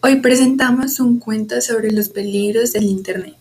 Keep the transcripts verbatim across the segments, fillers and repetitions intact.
Hoy presentamos un cuento sobre los peligros del Internet.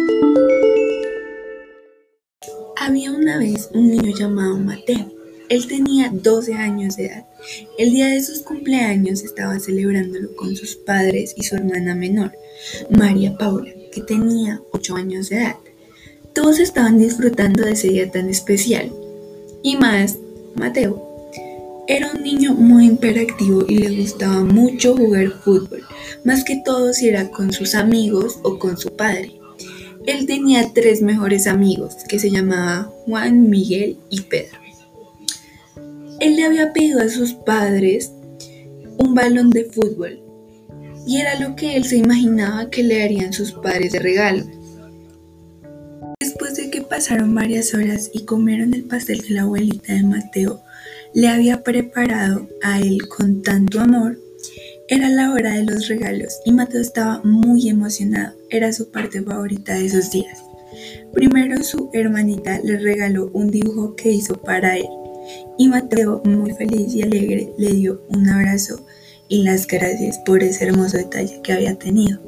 Había una vez un niño llamado Mateo. Él tenía doce años de edad. El día de sus cumpleaños estaba celebrándolo con sus padres y su hermana menor, María Paula, que tenía ocho años de edad. Todos estaban disfrutando de ese día tan especial. Y más, Mateo. Era un niño muy hiperactivo y le gustaba mucho jugar fútbol, más que todo si era con sus amigos o con su padre. Él tenía tres mejores amigos que se llamaban Juan, Miguel y Pedro. Él le había pedido a sus padres un balón de fútbol y era lo que él se imaginaba que le harían sus padres de regalo. Después de que pasaron varias horas y comieron el pastel que la abuelita de Mateo le había preparado a él con tanto amor, era la hora de los regalos y Mateo estaba muy emocionado. Era su parte favorita de esos días. Primero su hermanita le regaló un dibujo que hizo para él y Mateo, muy feliz y alegre, le dio un abrazo y las gracias por ese hermoso detalle que había tenido.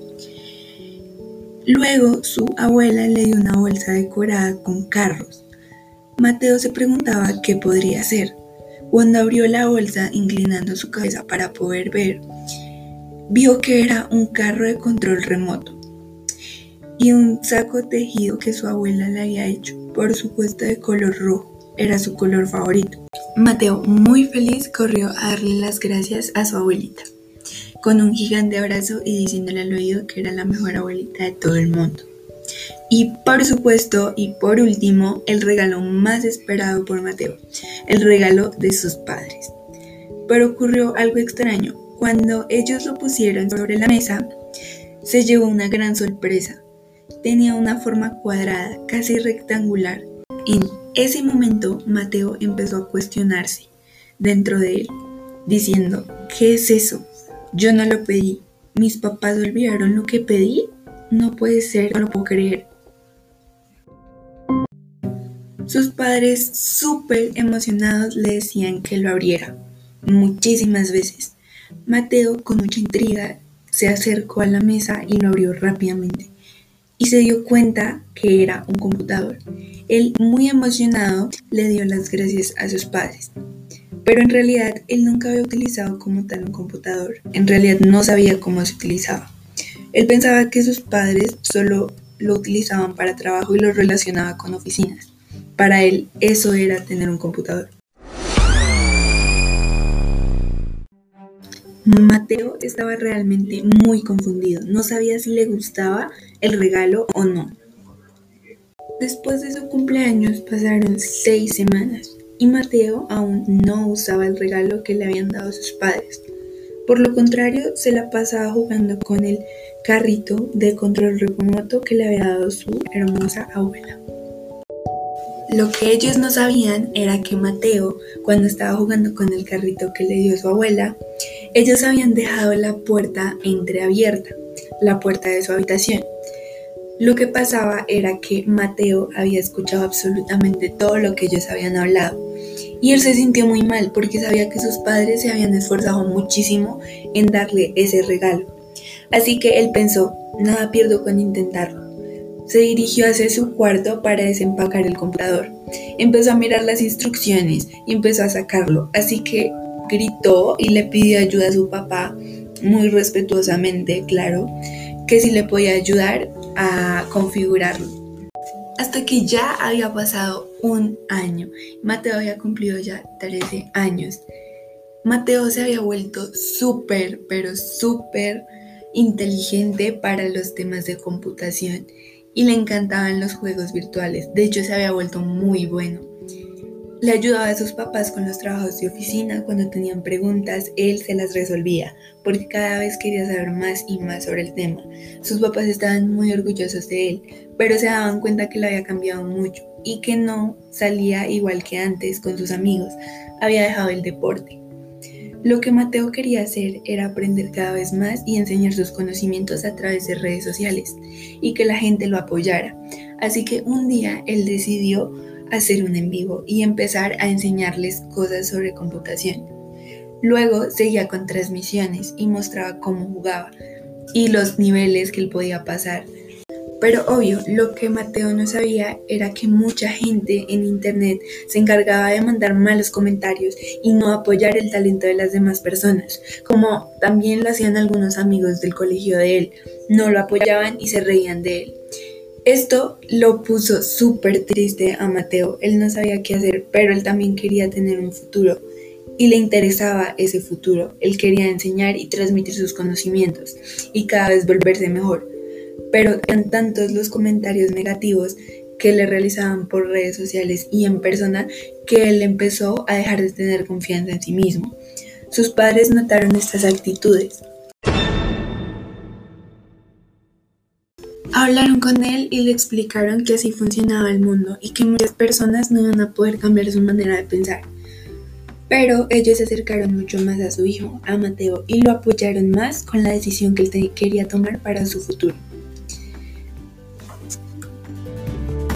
Luego su abuela le dio una bolsa decorada con carros. Mateo se preguntaba qué podría ser. Cuando abrió la bolsa, inclinando su cabeza para poder ver, vio que era un carro de control remoto y un saco tejido que su abuela le había hecho, por supuesto de color rojo, era su color favorito. Mateo, muy feliz, corrió a darle las gracias a su abuelita, con un gigante abrazo y diciéndole al oído que era la mejor abuelita de todo el mundo. Y por supuesto, y por último, el regalo más esperado por Mateo, el regalo de sus padres. Pero ocurrió algo extraño. Cuando ellos lo pusieron sobre la mesa, se llevó una gran sorpresa. Tenía una forma cuadrada, casi rectangular. En ese momento, Mateo empezó a cuestionarse dentro de él, diciendo, ¿qué es eso? Yo no lo pedí. ¿Mis papás olvidaron lo que pedí? No puede ser, no lo puedo creer. Sus padres, súper emocionados, le decían que lo abriera muchísimas veces. Mateo, con mucha intriga, se acercó a la mesa y lo abrió rápidamente y se dio cuenta que era un computador. Él, muy emocionado, le dio las gracias a sus padres. Pero en realidad él nunca había utilizado como tal un computador. En realidad no sabía cómo se utilizaba. Él pensaba que sus padres solo lo utilizaban para trabajo y lo relacionaba con oficinas. Para él eso era tener un computador. Mateo estaba realmente muy confundido. No sabía si le gustaba el regalo o no. Después de su cumpleaños pasaron seis semanas y Mateo aún no usaba el regalo que le habían dado sus padres. Por lo contrario, se la pasaba jugando con el carrito de control remoto que le había dado su hermosa abuela. Lo que ellos no sabían era que Mateo, cuando estaba jugando con el carrito que le dio su abuela, ellos habían dejado la puerta entreabierta, la puerta de su habitación. Lo que pasaba era que Mateo había escuchado absolutamente todo lo que ellos habían hablado y él se sintió muy mal porque sabía que sus padres se habían esforzado muchísimo en darle ese regalo. Así que él pensó, nada pierdo con intentarlo. Se dirigió hacia su cuarto para desempacar el computador. Empezó a mirar las instrucciones y empezó a sacarlo. Así que gritó y le pidió ayuda a su papá, muy respetuosamente, claro, que si le podía ayudar a configurarlo. Hasta que ya había pasado un año. Mateo había cumplido ya trece años. Mateo se había vuelto súper, pero súper inteligente para los temas de computación y le encantaban los juegos virtuales. De hecho, se había vuelto muy bueno. Le ayudaba a sus papás con los trabajos de oficina. Cuando tenían preguntas, él se las resolvía, porque cada vez quería saber más y más sobre el tema. Sus papás estaban muy orgullosos de él, pero se daban cuenta que le había cambiado mucho y que no salía igual que antes con sus amigos. Había dejado el deporte. Lo que Mateo quería hacer era aprender cada vez más y enseñar sus conocimientos a través de redes sociales y que la gente lo apoyara. Así que un día él decidió hacer un en vivo y empezar a enseñarles cosas sobre computación. Luego seguía con transmisiones y mostraba cómo jugaba. y los niveles que él podía pasar. Pero obvio, lo que Mateo no sabía era que mucha gente en internet se encargaba de mandar malos comentarios y no apoyar el talento de las demás personas, como también lo hacían algunos amigos del colegio de él. No lo apoyaban y se reían de él. Esto lo puso súper triste a Mateo. Él no sabía qué hacer, pero él también quería tener un futuro y le interesaba ese futuro. Él quería enseñar y transmitir sus conocimientos y cada vez volverse mejor. Pero eran tantos los comentarios negativos que le realizaban por redes sociales y en persona que él empezó a dejar de tener confianza en sí mismo. Sus padres notaron estas actitudes. Hablaron con él y le explicaron que así funcionaba el mundo y que muchas personas no iban a poder cambiar su manera de pensar. Pero ellos se acercaron mucho más a su hijo, a Mateo, y lo apoyaron más con la decisión que él quería tomar para su futuro.